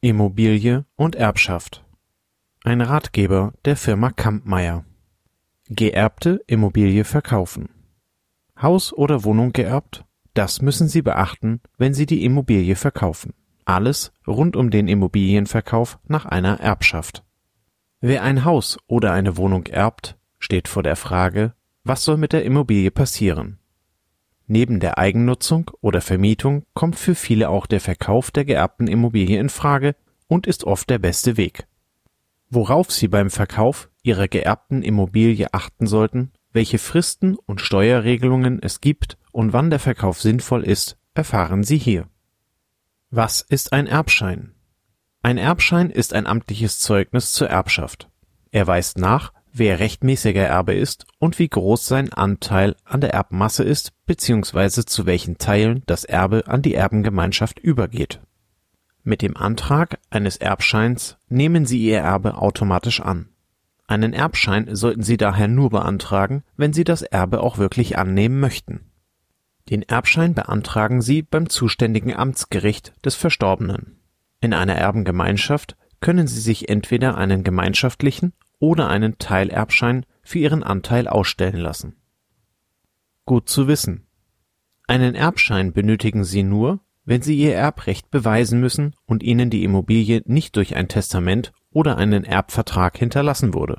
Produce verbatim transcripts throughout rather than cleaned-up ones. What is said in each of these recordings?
Immobilie und Erbschaft. Ein Ratgeber der Firma Kampmeier. Geerbte Immobilie verkaufen. Haus oder Wohnung geerbt? Das müssen Sie beachten, wenn Sie die Immobilie verkaufen. Alles rund um den Immobilienverkauf nach einer Erbschaft. Wer ein Haus oder eine Wohnung erbt, steht vor der Frage, was soll mit der Immobilie passieren? Neben der Eigennutzung oder Vermietung kommt für viele auch der Verkauf der geerbten Immobilie in Frage und ist oft der beste Weg. Worauf Sie beim Verkauf Ihrer geerbten Immobilie achten sollten, welche Fristen und Steuerregelungen es gibt und wann der Verkauf sinnvoll ist, erfahren Sie hier. Was ist ein Erbschein? Ein Erbschein ist ein amtliches Zeugnis zur Erbschaft. Er weist nach, wer rechtmäßiger Erbe ist und wie groß sein Anteil an der Erbmasse ist bzw. zu welchen Teilen das Erbe an die Erbengemeinschaft übergeht. Mit dem Antrag eines Erbscheins nehmen Sie Ihr Erbe automatisch an. Einen Erbschein sollten Sie daher nur beantragen, wenn Sie das Erbe auch wirklich annehmen möchten. Den Erbschein beantragen Sie beim zuständigen Amtsgericht des Verstorbenen. In einer Erbengemeinschaft können Sie sich entweder einen gemeinschaftlichen oder einen Teilerbschein für Ihren Anteil ausstellen lassen. Gut zu wissen. Einen Erbschein benötigen Sie nur, wenn Sie Ihr Erbrecht beweisen müssen und Ihnen die Immobilie nicht durch ein Testament oder einen Erbvertrag hinterlassen wurde.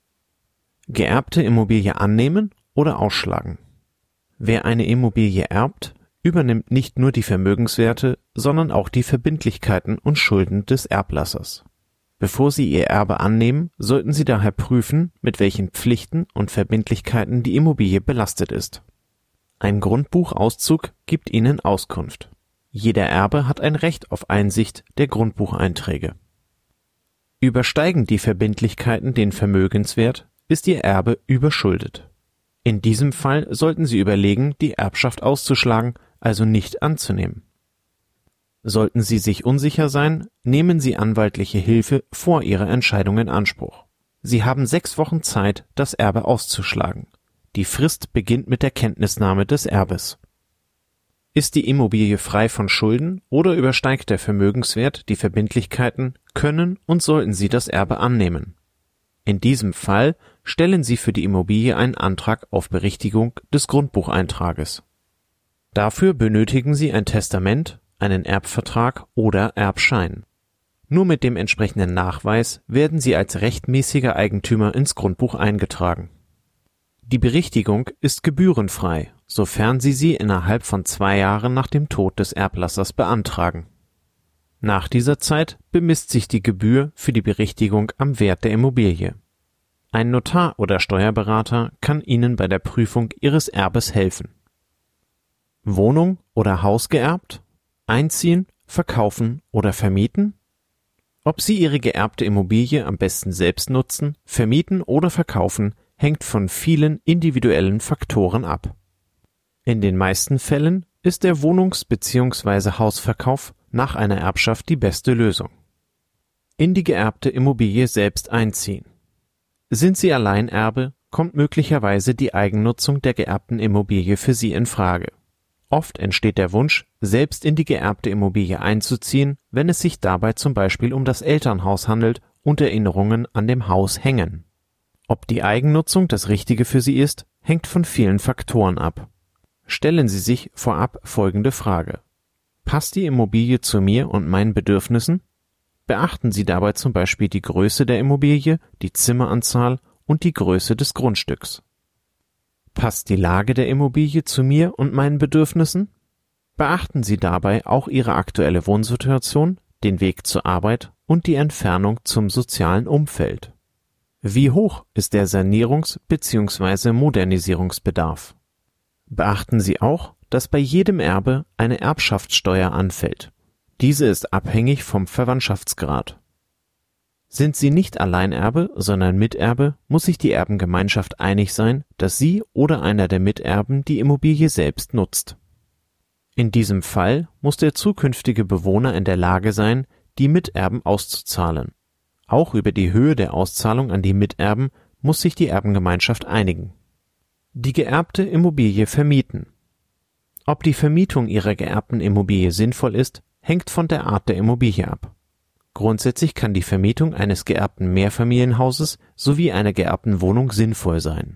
Geerbte Immobilie annehmen oder ausschlagen. Wer eine Immobilie erbt, übernimmt nicht nur die Vermögenswerte, sondern auch die Verbindlichkeiten und Schulden des Erblassers. Bevor Sie Ihr Erbe annehmen, sollten Sie daher prüfen, mit welchen Pflichten und Verbindlichkeiten die Immobilie belastet ist. Ein Grundbuchauszug gibt Ihnen Auskunft. Jeder Erbe hat ein Recht auf Einsicht der Grundbucheinträge. Übersteigen die Verbindlichkeiten den Vermögenswert, ist Ihr Erbe überschuldet. In diesem Fall sollten Sie überlegen, die Erbschaft auszuschlagen, also nicht anzunehmen. Sollten Sie sich unsicher sein, nehmen Sie anwaltliche Hilfe vor Ihrer Entscheidung in Anspruch. Sie haben sechs Wochen Zeit, das Erbe auszuschlagen. Die Frist beginnt mit der Kenntnisnahme des Erbes. Ist die Immobilie frei von Schulden oder übersteigt der Vermögenswert die Verbindlichkeiten, können und sollten Sie das Erbe annehmen. In diesem Fall stellen Sie für die Immobilie einen Antrag auf Berichtigung des Grundbucheintrages. Dafür benötigen Sie ein Testament, einen Erbvertrag oder Erbschein. Nur mit dem entsprechenden Nachweis werden Sie als rechtmäßiger Eigentümer ins Grundbuch eingetragen. Die Berichtigung ist gebührenfrei, sofern Sie sie innerhalb von zwei Jahren nach dem Tod des Erblassers beantragen. Nach dieser Zeit bemisst sich die Gebühr für die Berichtigung am Wert der Immobilie. Ein Notar oder Steuerberater kann Ihnen bei der Prüfung Ihres Erbes helfen. Wohnung oder Haus geerbt? Einziehen, verkaufen oder vermieten? Ob Sie Ihre geerbte Immobilie am besten selbst nutzen, vermieten oder verkaufen, hängt von vielen individuellen Faktoren ab. In den meisten Fällen ist der Wohnungs- bzw. Hausverkauf nach einer Erbschaft die beste Lösung. In die geerbte Immobilie selbst einziehen. Sind Sie Alleinerbe, kommt möglicherweise die Eigennutzung der geerbten Immobilie für Sie in Frage. Oft entsteht der Wunsch, selbst in die geerbte Immobilie einzuziehen, wenn es sich dabei zum Beispiel um das Elternhaus handelt und Erinnerungen an dem Haus hängen. Ob die Eigennutzung das Richtige für Sie ist, hängt von vielen Faktoren ab. Stellen Sie sich vorab folgende Frage: Passt die Immobilie zu mir und meinen Bedürfnissen? Beachten Sie dabei zum Beispiel die Größe der Immobilie, die Zimmeranzahl und die Größe des Grundstücks. Passt die Lage der Immobilie zu mir und meinen Bedürfnissen? Beachten Sie dabei auch Ihre aktuelle Wohnsituation, den Weg zur Arbeit und die Entfernung zum sozialen Umfeld. Wie hoch ist der Sanierungs- bzw. Modernisierungsbedarf? Beachten Sie auch, dass bei jedem Erbe eine Erbschaftssteuer anfällt. Diese ist abhängig vom Verwandtschaftsgrad. Sind Sie nicht Alleinerbe, sondern Miterbe, muss sich die Erbengemeinschaft einig sein, dass Sie oder einer der Miterben die Immobilie selbst nutzt. In diesem Fall muss der zukünftige Bewohner in der Lage sein, die Miterben auszuzahlen. Auch über die Höhe der Auszahlung an die Miterben muss sich die Erbengemeinschaft einigen. Die geerbte Immobilie vermieten. Ob die Vermietung Ihrer geerbten Immobilie sinnvoll ist, hängt von der Art der Immobilie ab. Grundsätzlich kann die Vermietung eines geerbten Mehrfamilienhauses sowie einer geerbten Wohnung sinnvoll sein.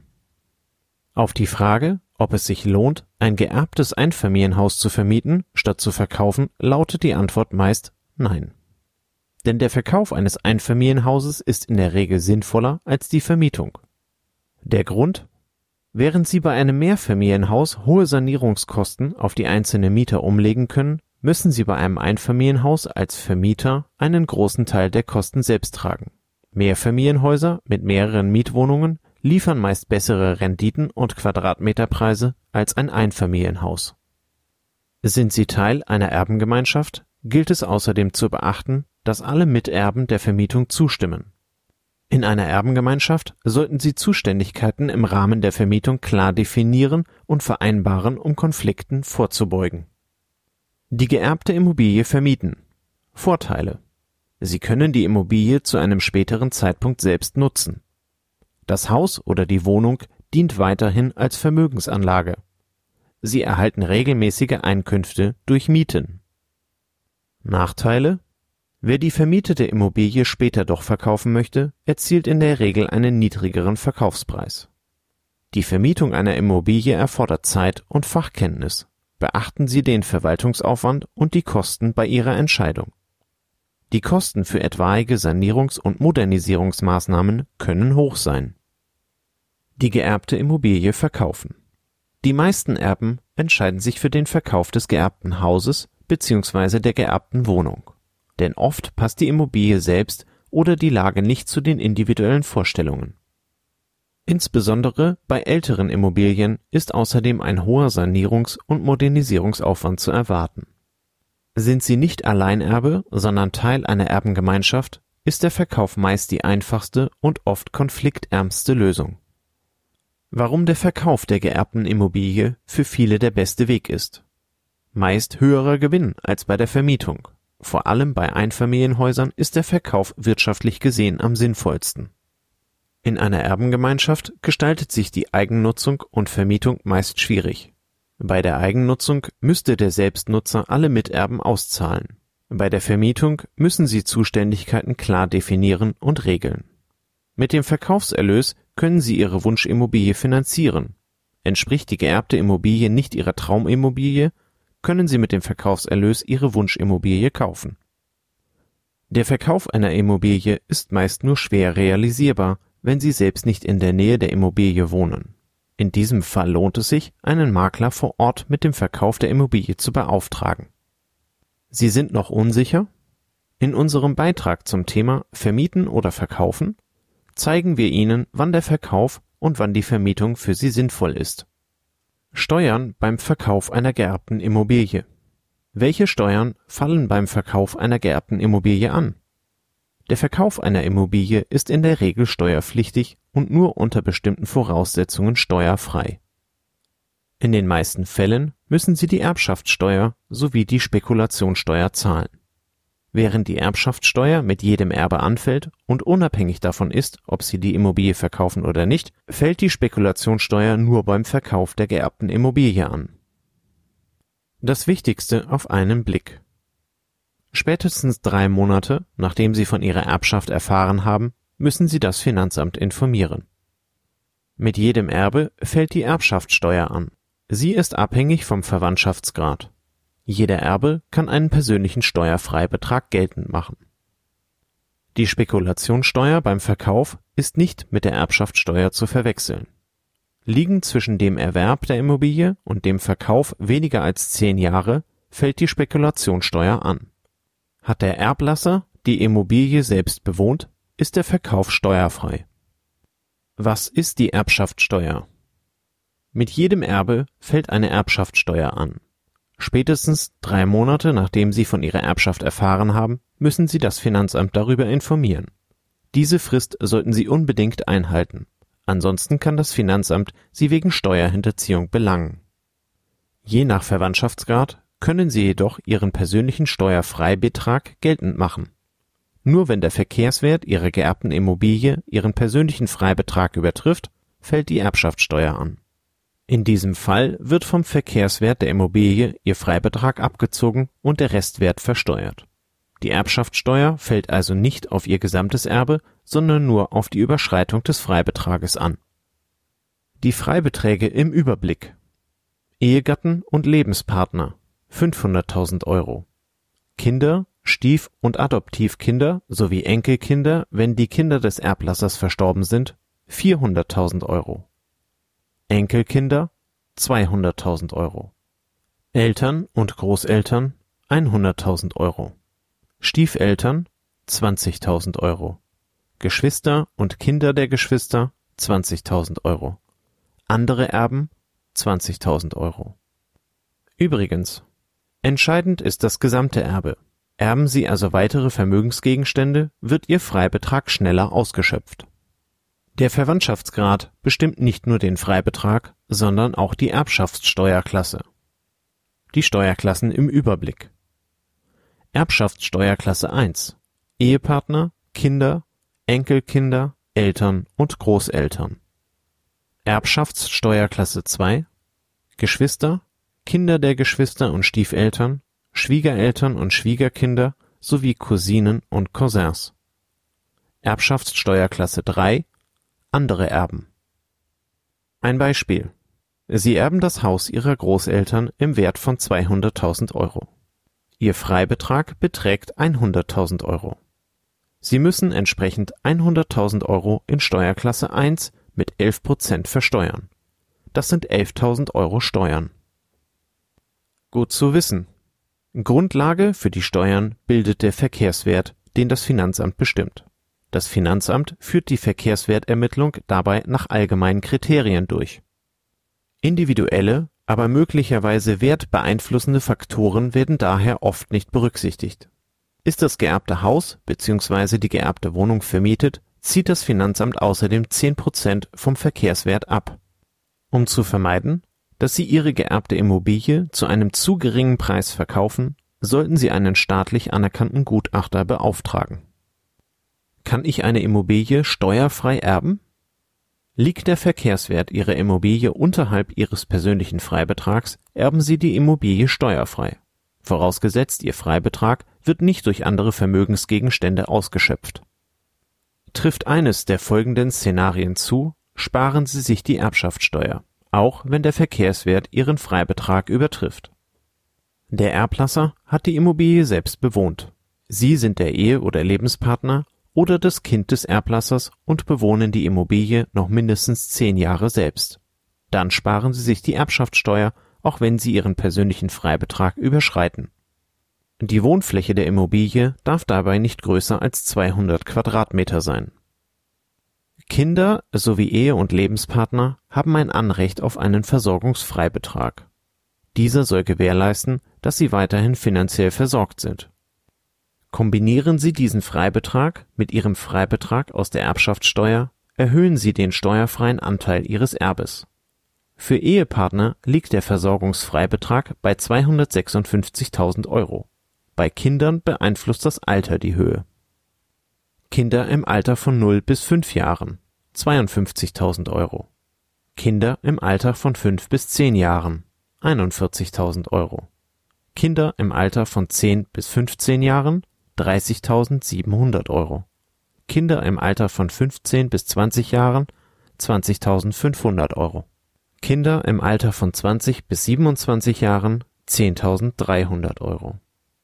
Auf die Frage, ob es sich lohnt, ein geerbtes Einfamilienhaus zu vermieten, statt zu verkaufen, lautet die Antwort meist nein. Denn der Verkauf eines Einfamilienhauses ist in der Regel sinnvoller als die Vermietung. Der Grund? Während Sie bei einem Mehrfamilienhaus hohe Sanierungskosten auf die einzelnen Mieter umlegen können, müssen Sie bei einem Einfamilienhaus als Vermieter einen großen Teil der Kosten selbst tragen. Mehrfamilienhäuser mit mehreren Mietwohnungen liefern meist bessere Renditen und Quadratmeterpreise als ein Einfamilienhaus. Sind Sie Teil einer Erbengemeinschaft, gilt es außerdem zu beachten, dass alle Miterben der Vermietung zustimmen. In einer Erbengemeinschaft sollten Sie Zuständigkeiten im Rahmen der Vermietung klar definieren und vereinbaren, um Konflikten vorzubeugen. Die geerbte Immobilie vermieten. Vorteile: Sie können die Immobilie zu einem späteren Zeitpunkt selbst nutzen. Das Haus oder die Wohnung dient weiterhin als Vermögensanlage. Sie erhalten regelmäßige Einkünfte durch Mieten. Nachteile: Wer die vermietete Immobilie später doch verkaufen möchte, erzielt in der Regel einen niedrigeren Verkaufspreis. Die Vermietung einer Immobilie erfordert Zeit und Fachkenntnis. Beachten Sie den Verwaltungsaufwand und die Kosten bei Ihrer Entscheidung. Die Kosten für etwaige Sanierungs- und Modernisierungsmaßnahmen können hoch sein. Die geerbte Immobilie verkaufen. Die meisten Erben entscheiden sich für den Verkauf des geerbten Hauses bzw. der geerbten Wohnung. Denn oft passt die Immobilie selbst oder die Lage nicht zu den individuellen Vorstellungen. Insbesondere bei älteren Immobilien ist außerdem ein hoher Sanierungs- und Modernisierungsaufwand zu erwarten. Sind Sie nicht Alleinerbe, sondern Teil einer Erbengemeinschaft, ist der Verkauf meist die einfachste und oft konfliktärmste Lösung. Warum der Verkauf der geerbten Immobilie für viele der beste Weg ist. Meist höherer Gewinn als bei der Vermietung. Vor allem bei Einfamilienhäusern ist der Verkauf wirtschaftlich gesehen am sinnvollsten. In einer Erbengemeinschaft gestaltet sich die Eigennutzung und Vermietung meist schwierig. Bei der Eigennutzung müsste der Selbstnutzer alle Miterben auszahlen. Bei der Vermietung müssen sie Zuständigkeiten klar definieren und regeln. Mit dem Verkaufserlös können Sie Ihre Wunschimmobilie finanzieren. Entspricht die geerbte Immobilie nicht Ihrer Traumimmobilie, können Sie mit dem Verkaufserlös Ihre Wunschimmobilie kaufen. Der Verkauf einer Immobilie ist meist nur schwer realisierbar, wenn Sie selbst nicht in der Nähe der Immobilie wohnen. In diesem Fall lohnt es sich, einen Makler vor Ort mit dem Verkauf der Immobilie zu beauftragen. Sie sind noch unsicher? In unserem Beitrag zum Thema Vermieten oder Verkaufen zeigen wir Ihnen, wann der Verkauf und wann die Vermietung für Sie sinnvoll ist. Steuern beim Verkauf einer geerbten Immobilie. Welche Steuern fallen beim Verkauf einer geerbten Immobilie an? Der Verkauf einer Immobilie ist in der Regel steuerpflichtig und nur unter bestimmten Voraussetzungen steuerfrei. In den meisten Fällen müssen Sie die Erbschaftssteuer sowie die Spekulationssteuer zahlen. Während die Erbschaftssteuer mit jedem Erbe anfällt und unabhängig davon ist, ob Sie die Immobilie verkaufen oder nicht, fällt die Spekulationssteuer nur beim Verkauf der geerbten Immobilie an. Das Wichtigste auf einen Blick. Spätestens drei Monate, nachdem Sie von Ihrer Erbschaft erfahren haben, müssen Sie das Finanzamt informieren. Mit jedem Erbe fällt die Erbschaftssteuer an. Sie ist abhängig vom Verwandtschaftsgrad. Jeder Erbe kann einen persönlichen Steuerfreibetrag geltend machen. Die Spekulationssteuer beim Verkauf ist nicht mit der Erbschaftssteuer zu verwechseln. Liegen zwischen dem Erwerb der Immobilie und dem Verkauf weniger als zehn Jahre, fällt die Spekulationssteuer an. Hat der Erblasser die Immobilie selbst bewohnt, ist der Verkauf steuerfrei. Was ist die Erbschaftssteuer? Mit jedem Erbe fällt eine Erbschaftssteuer an. Spätestens drei Monate, nachdem Sie von Ihrer Erbschaft erfahren haben, müssen Sie das Finanzamt darüber informieren. Diese Frist sollten Sie unbedingt einhalten. Ansonsten kann das Finanzamt Sie wegen Steuerhinterziehung belangen. Je nach Verwandtschaftsgrad können Sie jedoch Ihren persönlichen Steuerfreibetrag geltend machen. Nur wenn der Verkehrswert Ihrer geerbten Immobilie Ihren persönlichen Freibetrag übertrifft, fällt die Erbschaftssteuer an. In diesem Fall wird vom Verkehrswert der Immobilie Ihr Freibetrag abgezogen und der Restwert versteuert. Die Erbschaftssteuer fällt also nicht auf Ihr gesamtes Erbe, sondern nur auf die Überschreitung des Freibetrages an. Die Freibeträge im Überblick: Ehegatten und Lebenspartner fünfhunderttausend Euro, Kinder, Stief- und Adoptivkinder sowie Enkelkinder, wenn die Kinder des Erblassers verstorben sind, vierhunderttausend Euro, Enkelkinder zweihunderttausend Euro, Eltern und Großeltern hunderttausend Euro, Stiefeltern zwanzigtausend Euro, Geschwister und Kinder der Geschwister zwanzigtausend Euro, andere Erben zwanzigtausend Euro. Übrigens, entscheidend ist das gesamte Erbe. Erben Sie also weitere Vermögensgegenstände, wird Ihr Freibetrag schneller ausgeschöpft. Der Verwandtschaftsgrad bestimmt nicht nur den Freibetrag, sondern auch die Erbschaftssteuerklasse. Die Steuerklassen im Überblick: Erbschaftssteuerklasse eins: Ehepartner, Kinder, Enkelkinder, Eltern und Großeltern. Erbschaftssteuerklasse zwei: Geschwister, Kinder der Geschwister und Stiefeltern, Schwiegereltern und Schwiegerkinder sowie Cousinen und Cousins. Erbschaftssteuerklasse drei: Andere Erben. Ein Beispiel: Sie erben das Haus Ihrer Großeltern im Wert von zweihunderttausend Euro. Ihr Freibetrag beträgt hunderttausend Euro. Sie müssen entsprechend hunderttausend Euro in Steuerklasse eins mit elf Prozent versteuern. Das sind elftausend Euro Steuern. Gut zu wissen: Grundlage für die Steuern bildet der Verkehrswert, den das Finanzamt bestimmt. Das Finanzamt führt die Verkehrswertermittlung dabei nach allgemeinen Kriterien durch. Individuelle, aber möglicherweise wertbeeinflussende Faktoren werden daher oft nicht berücksichtigt. Ist das geerbte Haus bzw. die geerbte Wohnung vermietet, zieht das Finanzamt außerdem zehn Prozent vom Verkehrswert ab. Um zu vermeiden, dass Sie Ihre geerbte Immobilie zu einem zu geringen Preis verkaufen, sollten Sie einen staatlich anerkannten Gutachter beauftragen. Kann ich eine Immobilie steuerfrei erben? Liegt der Verkehrswert Ihrer Immobilie unterhalb Ihres persönlichen Freibetrags, erben Sie die Immobilie steuerfrei. Vorausgesetzt, Ihr Freibetrag wird nicht durch andere Vermögensgegenstände ausgeschöpft. Trifft eines der folgenden Szenarien zu, sparen Sie sich die Erbschaftssteuer, auch wenn der Verkehrswert Ihren Freibetrag übertrifft. Der Erblasser hat die Immobilie selbst bewohnt. Sie sind der Ehe- oder Lebenspartner oder das Kind des Erblassers und bewohnen die Immobilie noch mindestens zehn Jahre selbst. Dann sparen Sie sich die Erbschaftssteuer, auch wenn Sie Ihren persönlichen Freibetrag überschreiten. Die Wohnfläche der Immobilie darf dabei nicht größer als zweihundert Quadratmeter sein. Kinder sowie Ehe- und Lebenspartner haben ein Anrecht auf einen Versorgungsfreibetrag. Dieser soll gewährleisten, dass sie weiterhin finanziell versorgt sind. Kombinieren Sie diesen Freibetrag mit Ihrem Freibetrag aus der Erbschaftssteuer, erhöhen Sie den steuerfreien Anteil Ihres Erbes. Für Ehepartner liegt der Versorgungsfreibetrag bei zweihundertsechsundfünfzigtausend Euro. Bei Kindern beeinflusst das Alter die Höhe. Kinder im Alter von null bis fünf Jahren zweiundfünfzigtausend Euro. Kinder im Alter von fünf bis zehn Jahren einundvierzigtausend Euro. Kinder im Alter von zehn bis fünfzehn Jahren dreißigtausendsiebenhundert Euro. Kinder im Alter von fünfzehn bis zwanzig Jahren zwanzigtausendfünfhundert Euro. Kinder im Alter von zwanzig bis siebenundzwanzig Jahren zehntausenddreihundert Euro.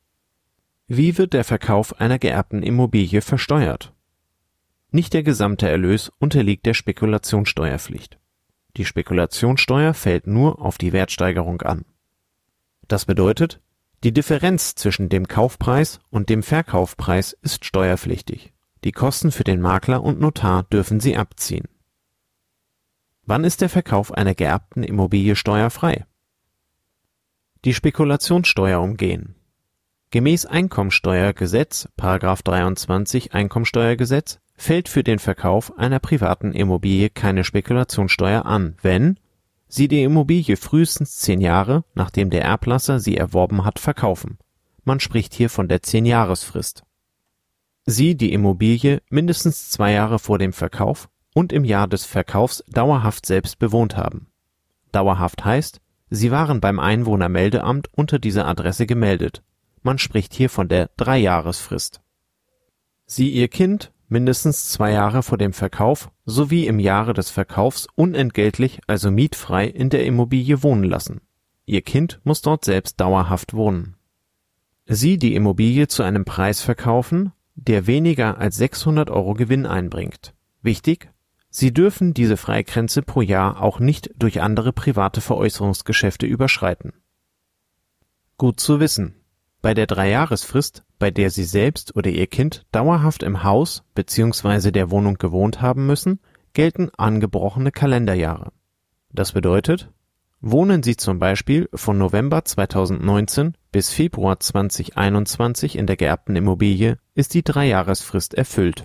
Wie wird der Verkauf einer geerbten Immobilie versteuert? Nicht der gesamte Erlös unterliegt der Spekulationssteuerpflicht. Die Spekulationssteuer fällt nur auf die Wertsteigerung an. Das bedeutet, die Differenz zwischen dem Kaufpreis und dem Verkaufspreis ist steuerpflichtig. Die Kosten für den Makler und Notar dürfen Sie abziehen. Wann ist der Verkauf einer geerbten Immobilie steuerfrei? Die Spekulationssteuer umgehen. Gemäß Einkommensteuergesetz, Paragraph dreiundzwanzig Einkommensteuergesetz, fällt für den Verkauf einer privaten Immobilie keine Spekulationssteuer an, wenn Sie die Immobilie frühestens zehn Jahre, nachdem der Erblasser sie erworben hat, verkaufen. Man spricht hier von der zehn-Jahres-Frist. Sie die Immobilie mindestens zwei Jahre vor dem Verkauf und im Jahr des Verkaufs dauerhaft selbst bewohnt haben. Dauerhaft heißt, Sie waren beim Einwohnermeldeamt unter dieser Adresse gemeldet. man spricht hier von der Dreijahresfrist. Sie Ihr Kind mindestens zwei Jahre vor dem Verkauf sowie im Jahre des Verkaufs unentgeltlich, also mietfrei, in der Immobilie wohnen lassen. Ihr Kind muss dort selbst dauerhaft wohnen. Sie die Immobilie zu einem Preis verkaufen, der weniger als sechshundert Euro Gewinn einbringt. Wichtig: Sie dürfen diese Freigrenze pro Jahr auch nicht durch andere private Veräußerungsgeschäfte überschreiten. Gut zu wissen: Bei der Dreijahresfrist, bei der Sie selbst oder Ihr Kind dauerhaft im Haus bzw. der Wohnung gewohnt haben müssen, gelten angebrochene Kalenderjahre. Das bedeutet, wohnen Sie zum Beispiel von November zweitausendneunzehn bis Februar zweitausendeinundzwanzig in der geerbten Immobilie, ist die Dreijahresfrist erfüllt.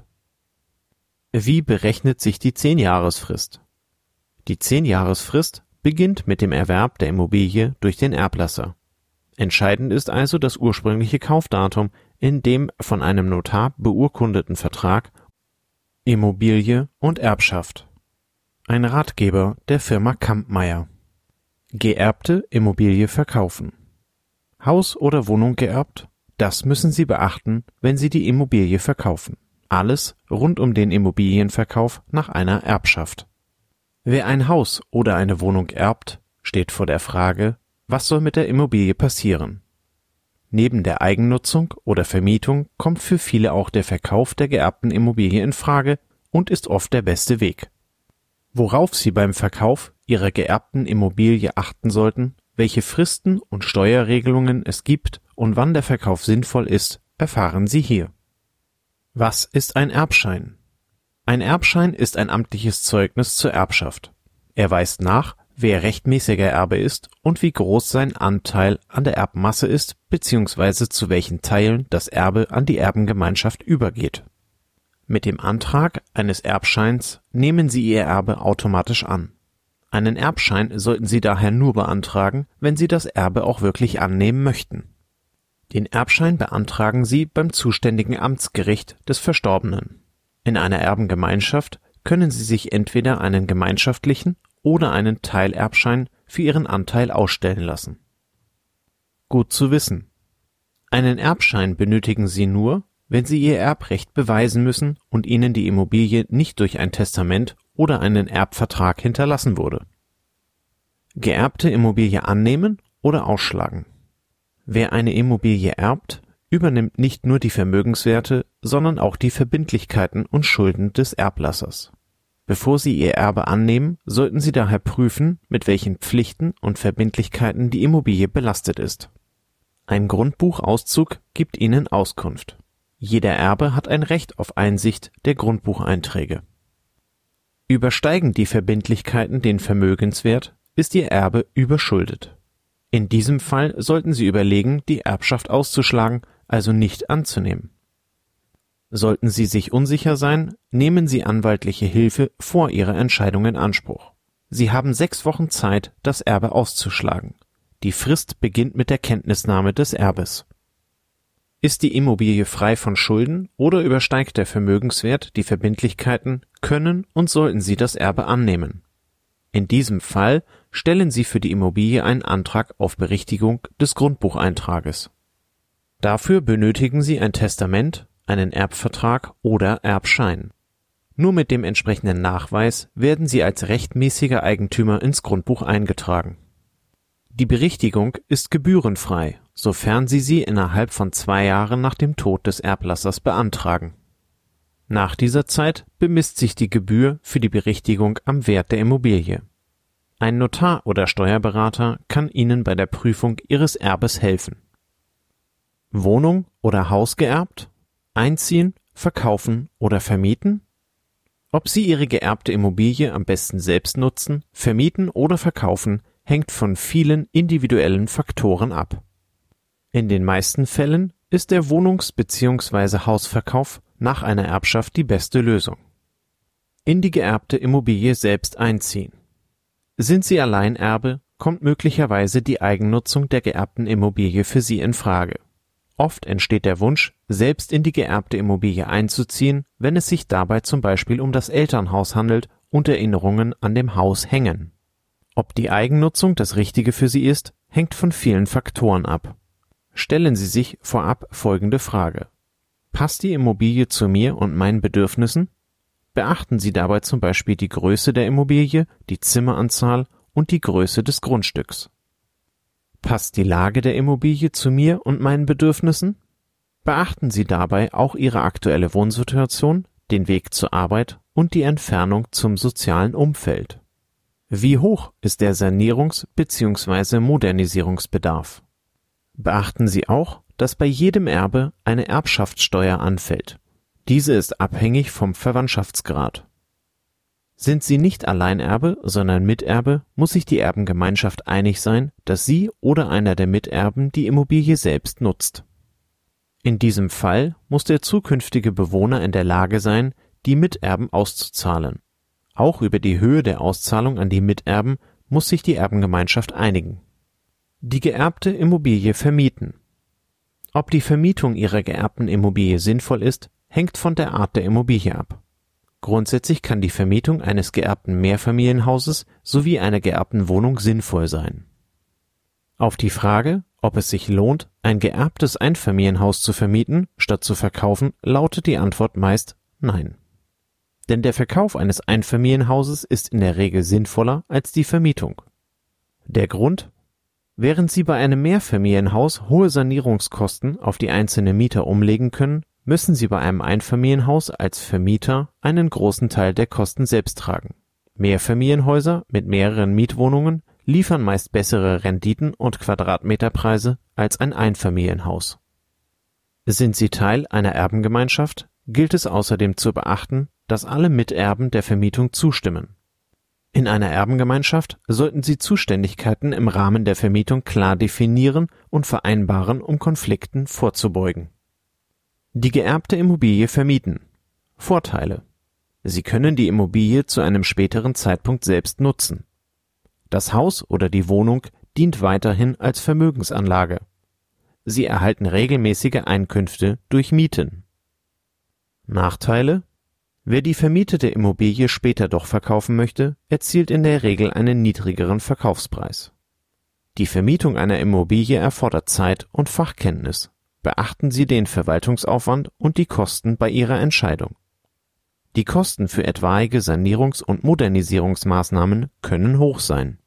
Wie berechnet sich die Zehnjahresfrist? Die Zehnjahresfrist beginnt mit dem Erwerb der Immobilie durch den Erblasser. Entscheidend ist also das ursprüngliche Kaufdatum in dem von einem Notar beurkundeten Vertrag Immobilie und Erbschaft. Ein Ratgeber der Firma Kampmeier. Geerbte Immobilie verkaufen. Haus oder Wohnung geerbt? Das müssen Sie beachten, wenn Sie die Immobilie verkaufen. Alles rund um den Immobilienverkauf nach einer Erbschaft. Wer ein Haus oder eine Wohnung erbt, steht vor der Frage: Was soll mit der Immobilie passieren? Neben der Eigennutzung oder Vermietung kommt für viele auch der Verkauf der geerbten Immobilie in Frage und ist oft der beste Weg. Worauf Sie beim Verkauf Ihrer geerbten Immobilie achten sollten, welche Fristen und Steuerregelungen es gibt und wann der Verkauf sinnvoll ist, erfahren Sie hier. Was ist ein Erbschein? Ein Erbschein ist ein amtliches Zeugnis zur Erbschaft. Er weist nach, wer rechtmäßiger Erbe ist und wie groß sein Anteil an der Erbmasse ist bzw. zu welchen Teilen das Erbe an die Erbengemeinschaft übergeht. Mit dem Antrag eines Erbscheins nehmen Sie Ihr Erbe automatisch an. Einen Erbschein sollten Sie daher nur beantragen, wenn Sie das Erbe auch wirklich annehmen möchten. Den Erbschein beantragen Sie beim zuständigen Amtsgericht des Verstorbenen. In einer Erbengemeinschaft können Sie sich entweder einen gemeinschaftlichen oder einen Teilerbschein für Ihren Anteil ausstellen lassen. Gut zu wissen: Einen Erbschein benötigen Sie nur, wenn Sie Ihr Erbrecht beweisen müssen und Ihnen die Immobilie nicht durch ein Testament oder einen Erbvertrag hinterlassen wurde. Geerbte Immobilie annehmen oder ausschlagen. Wer eine Immobilie erbt, übernimmt nicht nur die Vermögenswerte, sondern auch die Verbindlichkeiten und Schulden des Erblassers. Bevor Sie Ihr Erbe annehmen, sollten Sie daher prüfen, mit welchen Pflichten und Verbindlichkeiten die Immobilie belastet ist. Ein Grundbuchauszug gibt Ihnen Auskunft. Jeder Erbe hat ein Recht auf Einsicht der Grundbucheinträge. Übersteigen die Verbindlichkeiten den Vermögenswert, ist Ihr Erbe überschuldet. In diesem Fall sollten Sie überlegen, die Erbschaft auszuschlagen, also nicht anzunehmen. Sollten Sie sich unsicher sein, nehmen Sie anwaltliche Hilfe vor Ihrer Entscheidung in Anspruch. Sie haben sechs Wochen Zeit, das Erbe auszuschlagen. Die Frist beginnt mit der Kenntnisnahme des Erbes. Ist die Immobilie frei von Schulden oder übersteigt der Vermögenswert die Verbindlichkeiten, können und sollten Sie das Erbe annehmen. In diesem Fall stellen Sie für die Immobilie einen Antrag auf Berichtigung des Grundbucheintrages. Dafür benötigen Sie ein Testament, einen Erbvertrag oder Erbschein. Nur mit dem entsprechenden Nachweis werden Sie als rechtmäßiger Eigentümer ins Grundbuch eingetragen. Die Berichtigung ist gebührenfrei, sofern Sie sie innerhalb von zwei Jahren nach dem Tod des Erblassers beantragen. Nach dieser Zeit bemisst sich die Gebühr für die Berichtigung am Wert der Immobilie. Ein Notar oder Steuerberater kann Ihnen bei der Prüfung Ihres Erbes helfen. Wohnung oder Haus geerbt? Einziehen, verkaufen oder vermieten? Ob Sie Ihre geerbte Immobilie am besten selbst nutzen, vermieten oder verkaufen, hängt von vielen individuellen Faktoren ab. In den meisten Fällen ist der Wohnungs- bzw. Hausverkauf nach einer Erbschaft die beste Lösung. In die geerbte Immobilie selbst einziehen. Sind Sie Alleinerbe, kommt möglicherweise die Eigennutzung der geerbten Immobilie für Sie in Frage. Oft entsteht der Wunsch, selbst in die geerbte Immobilie einzuziehen, wenn es sich dabei zum Beispiel um das Elternhaus handelt und Erinnerungen an dem Haus hängen. Ob die Eigennutzung das Richtige für Sie ist, hängt von vielen Faktoren ab. stellen Sie sich vorab folgende Frage: Passt die Immobilie zu mir und meinen Bedürfnissen? Beachten Sie dabei zum Beispiel die Größe der Immobilie, die Zimmeranzahl und die Größe des Grundstücks. Passt die Lage der Immobilie zu mir und meinen Bedürfnissen? Beachten Sie dabei auch Ihre aktuelle Wohnsituation, den Weg zur Arbeit und die Entfernung zum sozialen Umfeld. Wie hoch ist der Sanierungs- bzw. Modernisierungsbedarf? Beachten Sie auch, dass bei jedem Erbe eine Erbschaftssteuer anfällt. Diese ist abhängig vom Verwandtschaftsgrad. Sind Sie nicht Alleinerbe, sondern Miterbe, muss sich die Erbengemeinschaft einig sein, dass Sie oder einer der Miterben die Immobilie selbst nutzt. In diesem Fall muss der zukünftige Bewohner in der Lage sein, die Miterben auszuzahlen. Auch über die Höhe der Auszahlung an die Miterben muss sich die Erbengemeinschaft einigen. Die geerbte Immobilie vermieten. Ob die Vermietung Ihrer geerbten Immobilie sinnvoll ist, hängt von der Art der Immobilie ab. Grundsätzlich kann die Vermietung eines geerbten Mehrfamilienhauses sowie einer geerbten Wohnung sinnvoll sein. Auf die Frage, ob es sich lohnt, ein geerbtes Einfamilienhaus zu vermieten, statt zu verkaufen, lautet die Antwort meist nein. Denn der Verkauf eines Einfamilienhauses ist in der Regel sinnvoller als die Vermietung. Der Grund: Während Sie bei einem Mehrfamilienhaus hohe Sanierungskosten auf die einzelnen Mieter umlegen können, müssen Sie bei einem Einfamilienhaus als Vermieter einen großen Teil der Kosten selbst tragen. Mehrfamilienhäuser mit mehreren Mietwohnungen liefern meist bessere Renditen und Quadratmeterpreise als ein Einfamilienhaus. Sind Sie Teil einer Erbengemeinschaft, gilt es außerdem zu beachten, dass alle Miterben der Vermietung zustimmen. In einer Erbengemeinschaft sollten Sie Zuständigkeiten im Rahmen der Vermietung klar definieren und vereinbaren, um Konflikten vorzubeugen. Die geerbte Immobilie vermieten. Vorteile: Sie können die Immobilie zu einem späteren Zeitpunkt selbst nutzen. Das Haus oder die Wohnung dient weiterhin als Vermögensanlage. Sie erhalten regelmäßige Einkünfte durch Mieten. Nachteile: Wer die vermietete Immobilie später doch verkaufen möchte, erzielt in der Regel einen niedrigeren Verkaufspreis. Die Vermietung einer Immobilie erfordert Zeit und Fachkenntnis. Beachten Sie den Verwaltungsaufwand und die Kosten bei Ihrer Entscheidung. Die Kosten für etwaige Sanierungs- und Modernisierungsmaßnahmen können hoch sein.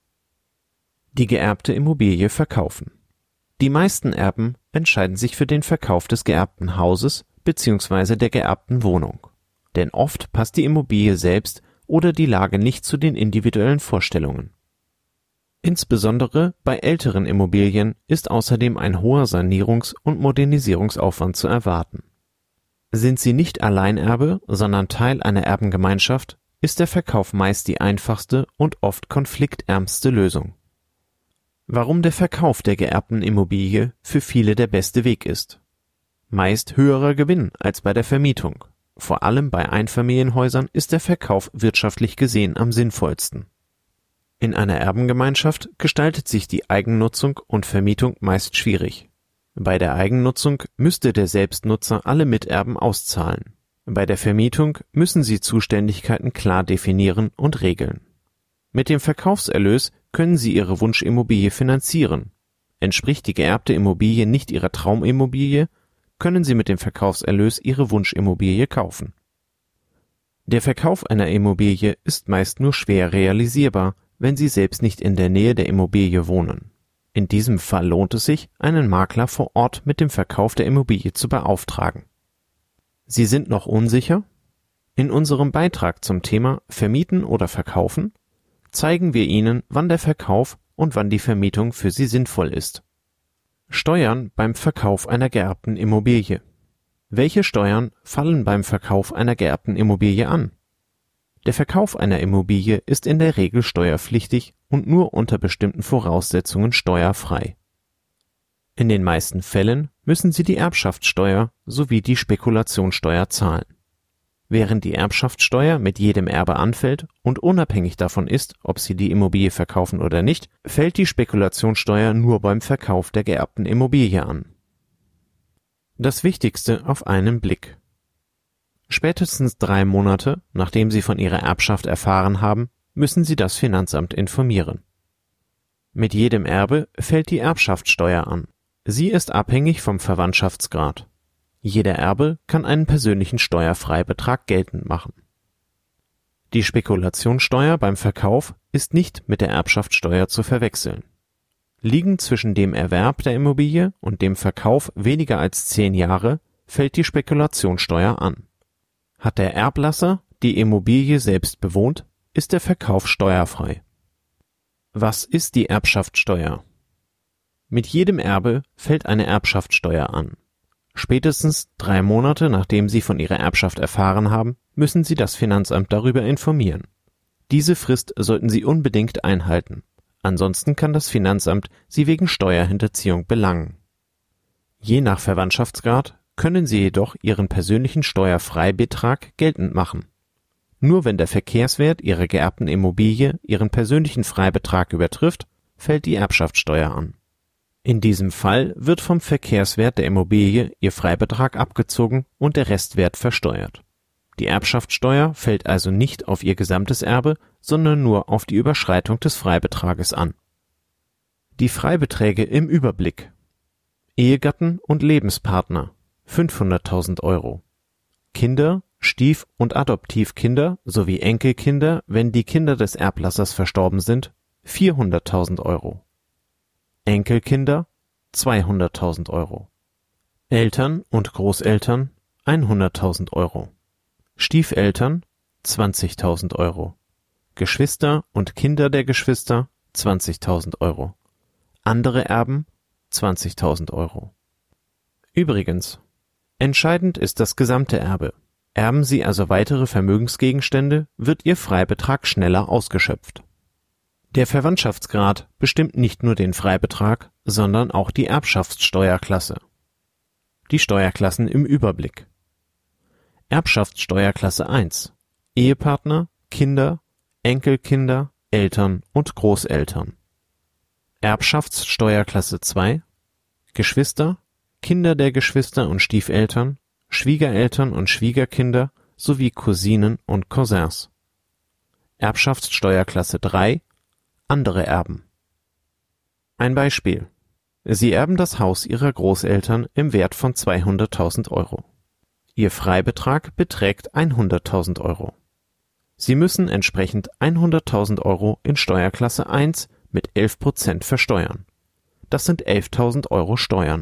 Die geerbte Immobilie verkaufen. Die meisten Erben entscheiden sich für den Verkauf des geerbten Hauses bzw. der geerbten Wohnung. Denn oft passt die Immobilie selbst oder die Lage nicht zu den individuellen Vorstellungen. Insbesondere bei älteren Immobilien ist außerdem ein hoher Sanierungs- und Modernisierungsaufwand zu erwarten. Sind Sie nicht Alleinerbe, sondern Teil einer Erbengemeinschaft, ist der Verkauf meist die einfachste und oft konfliktärmste Lösung. Warum der Verkauf der geerbten Immobilie für viele der beste Weg ist. Meist höherer Gewinn als bei der Vermietung. Vor allem bei Einfamilienhäusern ist der Verkauf wirtschaftlich gesehen am sinnvollsten. In einer Erbengemeinschaft gestaltet sich die Eigennutzung und Vermietung meist schwierig. Bei der Eigennutzung müsste der Selbstnutzer alle Miterben auszahlen. Bei der Vermietung müssen sie Zuständigkeiten klar definieren und regeln. Mit dem Verkaufserlös können Sie Ihre Wunschimmobilie finanzieren. Entspricht die geerbte Immobilie nicht Ihrer Traumimmobilie, können Sie mit dem Verkaufserlös Ihre Wunschimmobilie kaufen. Der Verkauf einer Immobilie ist meist nur schwer realisierbar, wenn Sie selbst nicht in der Nähe der Immobilie wohnen. In diesem Fall lohnt es sich, einen Makler vor Ort mit dem Verkauf der Immobilie zu beauftragen. Sie sind noch unsicher? In unserem Beitrag zum Thema Vermieten oder Verkaufen zeigen wir Ihnen, wann der Verkauf und wann die Vermietung für Sie sinnvoll ist. Steuern beim Verkauf einer geerbten Immobilie. Welche Steuern fallen beim Verkauf einer geerbten Immobilie an? Der Verkauf einer Immobilie ist in der Regel steuerpflichtig und nur unter bestimmten Voraussetzungen steuerfrei. In den meisten Fällen müssen Sie die Erbschaftssteuer sowie die Spekulationssteuer zahlen. Während die Erbschaftssteuer mit jedem Erbe anfällt und unabhängig davon ist, ob Sie die Immobilie verkaufen oder nicht, fällt die Spekulationssteuer nur beim Verkauf der geerbten Immobilie an. Das Wichtigste auf einen Blick. Spätestens drei Monate, nachdem Sie von Ihrer Erbschaft erfahren haben, müssen Sie das Finanzamt informieren. Mit jedem Erbe fällt die Erbschaftssteuer an. Sie ist abhängig vom Verwandtschaftsgrad. Jeder Erbe kann einen persönlichen Steuerfreibetrag geltend machen. Die Spekulationssteuer beim Verkauf ist nicht mit der Erbschaftssteuer zu verwechseln. Liegen zwischen dem Erwerb der Immobilie und dem Verkauf weniger als zehn Jahre, fällt die Spekulationssteuer an. Hat der Erblasser die Immobilie selbst bewohnt, ist der Verkauf steuerfrei. Was ist die Erbschaftssteuer? Mit jedem Erbe fällt eine Erbschaftssteuer an. Spätestens drei Monate nachdem Sie von Ihrer Erbschaft erfahren haben, müssen Sie das Finanzamt darüber informieren. Diese Frist sollten Sie unbedingt einhalten. Ansonsten kann das Finanzamt Sie wegen Steuerhinterziehung belangen. Je nach Verwandtschaftsgrad können Sie jedoch Ihren persönlichen Steuerfreibetrag geltend machen. Nur wenn der Verkehrswert Ihrer geerbten Immobilie Ihren persönlichen Freibetrag übertrifft, fällt die Erbschaftssteuer an. In diesem Fall wird vom Verkehrswert der Immobilie Ihr Freibetrag abgezogen und der Restwert versteuert. Die Erbschaftssteuer fällt also nicht auf Ihr gesamtes Erbe, sondern nur auf die Überschreitung des Freibetrages an. Die Freibeträge im Überblick: Ehegatten und Lebenspartner fünfhunderttausend Euro, Kinder, Stief- und Adoptivkinder sowie Enkelkinder, wenn die Kinder des Erblassers verstorben sind, vierhunderttausend Euro, Enkelkinder zweihunderttausend Euro, Eltern und Großeltern hunderttausend Euro, Stiefeltern zwanzigtausend Euro, Geschwister und Kinder der Geschwister zwanzigtausend Euro, andere Erben zwanzigtausend Euro. Übrigens, entscheidend ist das gesamte Erbe. Erben Sie also weitere Vermögensgegenstände, wird Ihr Freibetrag schneller ausgeschöpft. Der Verwandtschaftsgrad bestimmt nicht nur den Freibetrag, sondern auch die Erbschaftssteuerklasse. Die Steuerklassen im Überblick: Erbschaftssteuerklasse eins: Ehepartner, Kinder, Enkelkinder, Eltern und Großeltern. Erbschaftssteuerklasse zwei: Geschwister, Kinder der Geschwister und Stiefeltern, Schwiegereltern und Schwiegerkinder sowie Cousinen und Cousins. Erbschaftssteuerklasse drei: Andere Erben. Ein Beispiel: Sie erben das Haus Ihrer Großeltern im Wert von zweihunderttausend Euro. Ihr Freibetrag beträgt hunderttausend Euro. Sie müssen entsprechend hunderttausend Euro in Steuerklasse eins mit elf Prozent versteuern. Das sind elftausend Euro Steuern.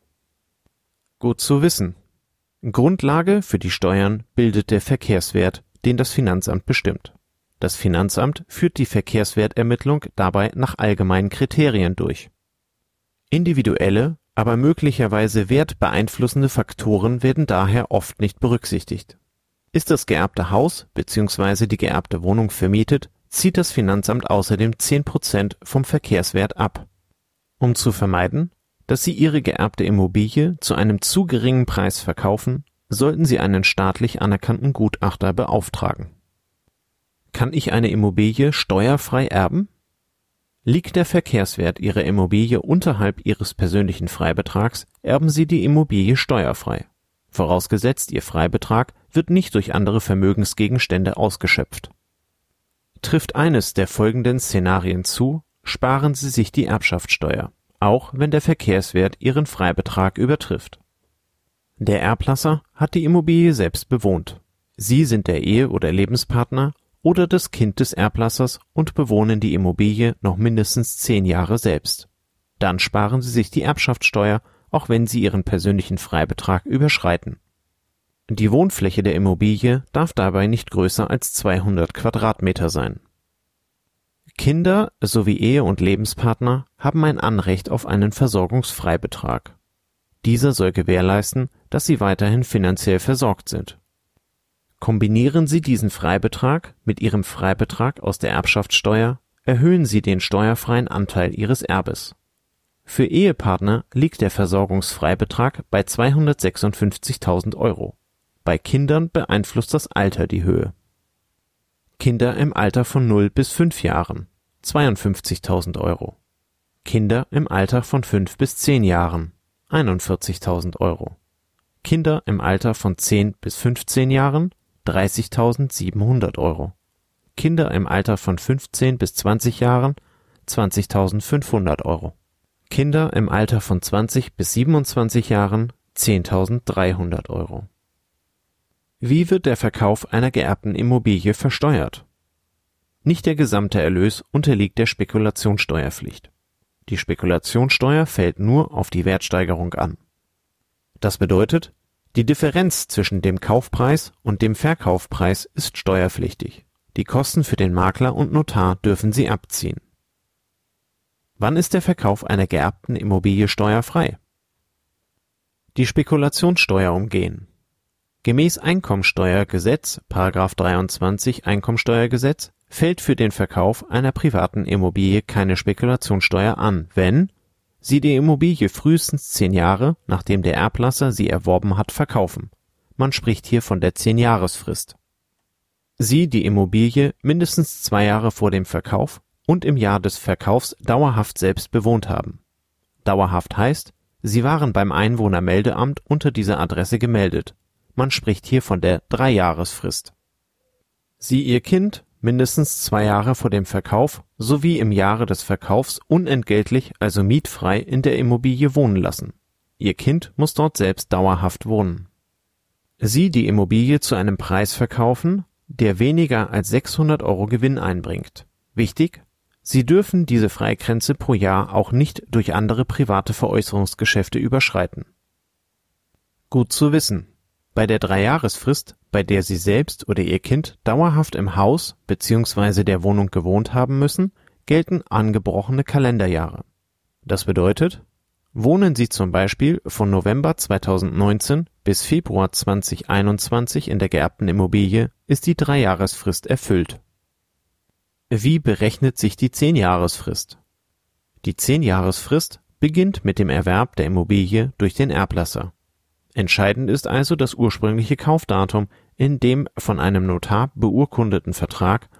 Gut zu wissen: Grundlage für die Steuern bildet der Verkehrswert, den das Finanzamt bestimmt. Das Finanzamt führt die Verkehrswertermittlung dabei nach allgemeinen Kriterien durch. Individuelle, aber möglicherweise wertbeeinflussende Faktoren werden daher oft nicht berücksichtigt. Ist das geerbte Haus bzw. die geerbte Wohnung vermietet, zieht das Finanzamt außerdem zehn Prozent vom Verkehrswert ab. Um zu vermeiden, dass Sie Ihre geerbte Immobilie zu einem zu geringen Preis verkaufen, sollten Sie einen staatlich anerkannten Gutachter beauftragen. Kann ich eine Immobilie steuerfrei erben? Liegt der Verkehrswert Ihrer Immobilie unterhalb Ihres persönlichen Freibetrags, erben Sie die Immobilie steuerfrei. Vorausgesetzt, Ihr Freibetrag wird nicht durch andere Vermögensgegenstände ausgeschöpft. Trifft eines der folgenden Szenarien zu, sparen Sie sich die Erbschaftssteuer, auch wenn der Verkehrswert Ihren Freibetrag übertrifft. Der Erblasser hat die Immobilie selbst bewohnt. Sie sind der Ehe- oder Lebenspartner oder das Kind des Erblassers und bewohnen die Immobilie noch mindestens zehn Jahre selbst. Dann sparen Sie sich die Erbschaftssteuer, auch wenn Sie Ihren persönlichen Freibetrag überschreiten. Die Wohnfläche der Immobilie darf dabei nicht größer als zweihundert Quadratmeter sein. Kinder sowie Ehe- und Lebenspartner haben ein Anrecht auf einen Versorgungsfreibetrag. Dieser soll gewährleisten, dass sie weiterhin finanziell versorgt sind. Kombinieren Sie diesen Freibetrag mit Ihrem Freibetrag aus der Erbschaftssteuer, erhöhen Sie den steuerfreien Anteil Ihres Erbes. Für Ehepartner liegt der Versorgungsfreibetrag bei zweihundertsechsundfünfzigtausend Euro. Bei Kindern beeinflusst das Alter die Höhe. Kinder im Alter von null bis fünf Jahren zweiundfünfzigtausend Euro. Kinder im Alter von fünf bis zehn Jahren einundvierzigtausend Euro. Kinder im Alter von zehn bis fünfzehn Jahren dreißigtausendsiebenhundert Euro. Kinder im Alter von fünfzehn bis zwanzig Jahren zwanzigtausendfünfhundert Euro. Kinder im Alter von zwanzig bis siebenundzwanzig Jahren zehntausenddreihundert Euro. Wie wird der Verkauf einer geerbten Immobilie versteuert? Nicht der gesamte Erlös unterliegt der Spekulationssteuerpflicht. Die Spekulationssteuer fällt nur auf die Wertsteigerung an. Das bedeutet, die Differenz zwischen dem Kaufpreis und dem Verkaufspreis ist steuerpflichtig. Die Kosten für den Makler und Notar dürfen sie abziehen. Wann ist der Verkauf einer geerbten Immobilie steuerfrei? Die Spekulationssteuer umgehen. Gemäß Einkommensteuergesetz, Paragraph dreiundzwanzig Einkommensteuergesetz, fällt für den Verkauf einer privaten Immobilie keine Spekulationssteuer an, wenn Sie die Immobilie frühestens zehn Jahre, nachdem der Erblasser sie erworben hat, verkaufen. Man spricht hier von der zehn-Jahres-Frist. Sie die Immobilie mindestens zwei Jahre vor dem Verkauf und im Jahr des Verkaufs dauerhaft selbst bewohnt haben. Dauerhaft heißt, Sie waren beim Einwohnermeldeamt unter dieser Adresse gemeldet. Man spricht hier von der Drei-Jahres-Frist. Sie Ihr Kind mindestens zwei Jahre vor dem Verkauf sowie im Jahre des Verkaufs unentgeltlich, also mietfrei, in der Immobilie wohnen lassen. Ihr Kind muss dort selbst dauerhaft wohnen. Sie die Immobilie zu einem Preis verkaufen, der weniger als sechshundert Euro Gewinn einbringt. Wichtig: Sie dürfen diese Freigrenze pro Jahr auch nicht durch andere private Veräußerungsgeschäfte überschreiten. Gut zu wissen: Bei der Dreijahresfrist, bei der Sie selbst oder Ihr Kind dauerhaft im Haus bzw. der Wohnung gewohnt haben müssen, gelten angebrochene Kalenderjahre. Das bedeutet, wohnen Sie zum Beispiel von November zweitausendneunzehn bis Februar zweitausendeinundzwanzig in der geerbten Immobilie, ist die Dreijahresfrist erfüllt. Wie berechnet sich die Zehn-Jahresfrist? Die Zehn-Jahresfrist beginnt mit dem Erwerb der Immobilie durch den Erblasser. Entscheidend ist also das ursprüngliche Kaufdatum in dem von einem Notar beurkundeten Vertrag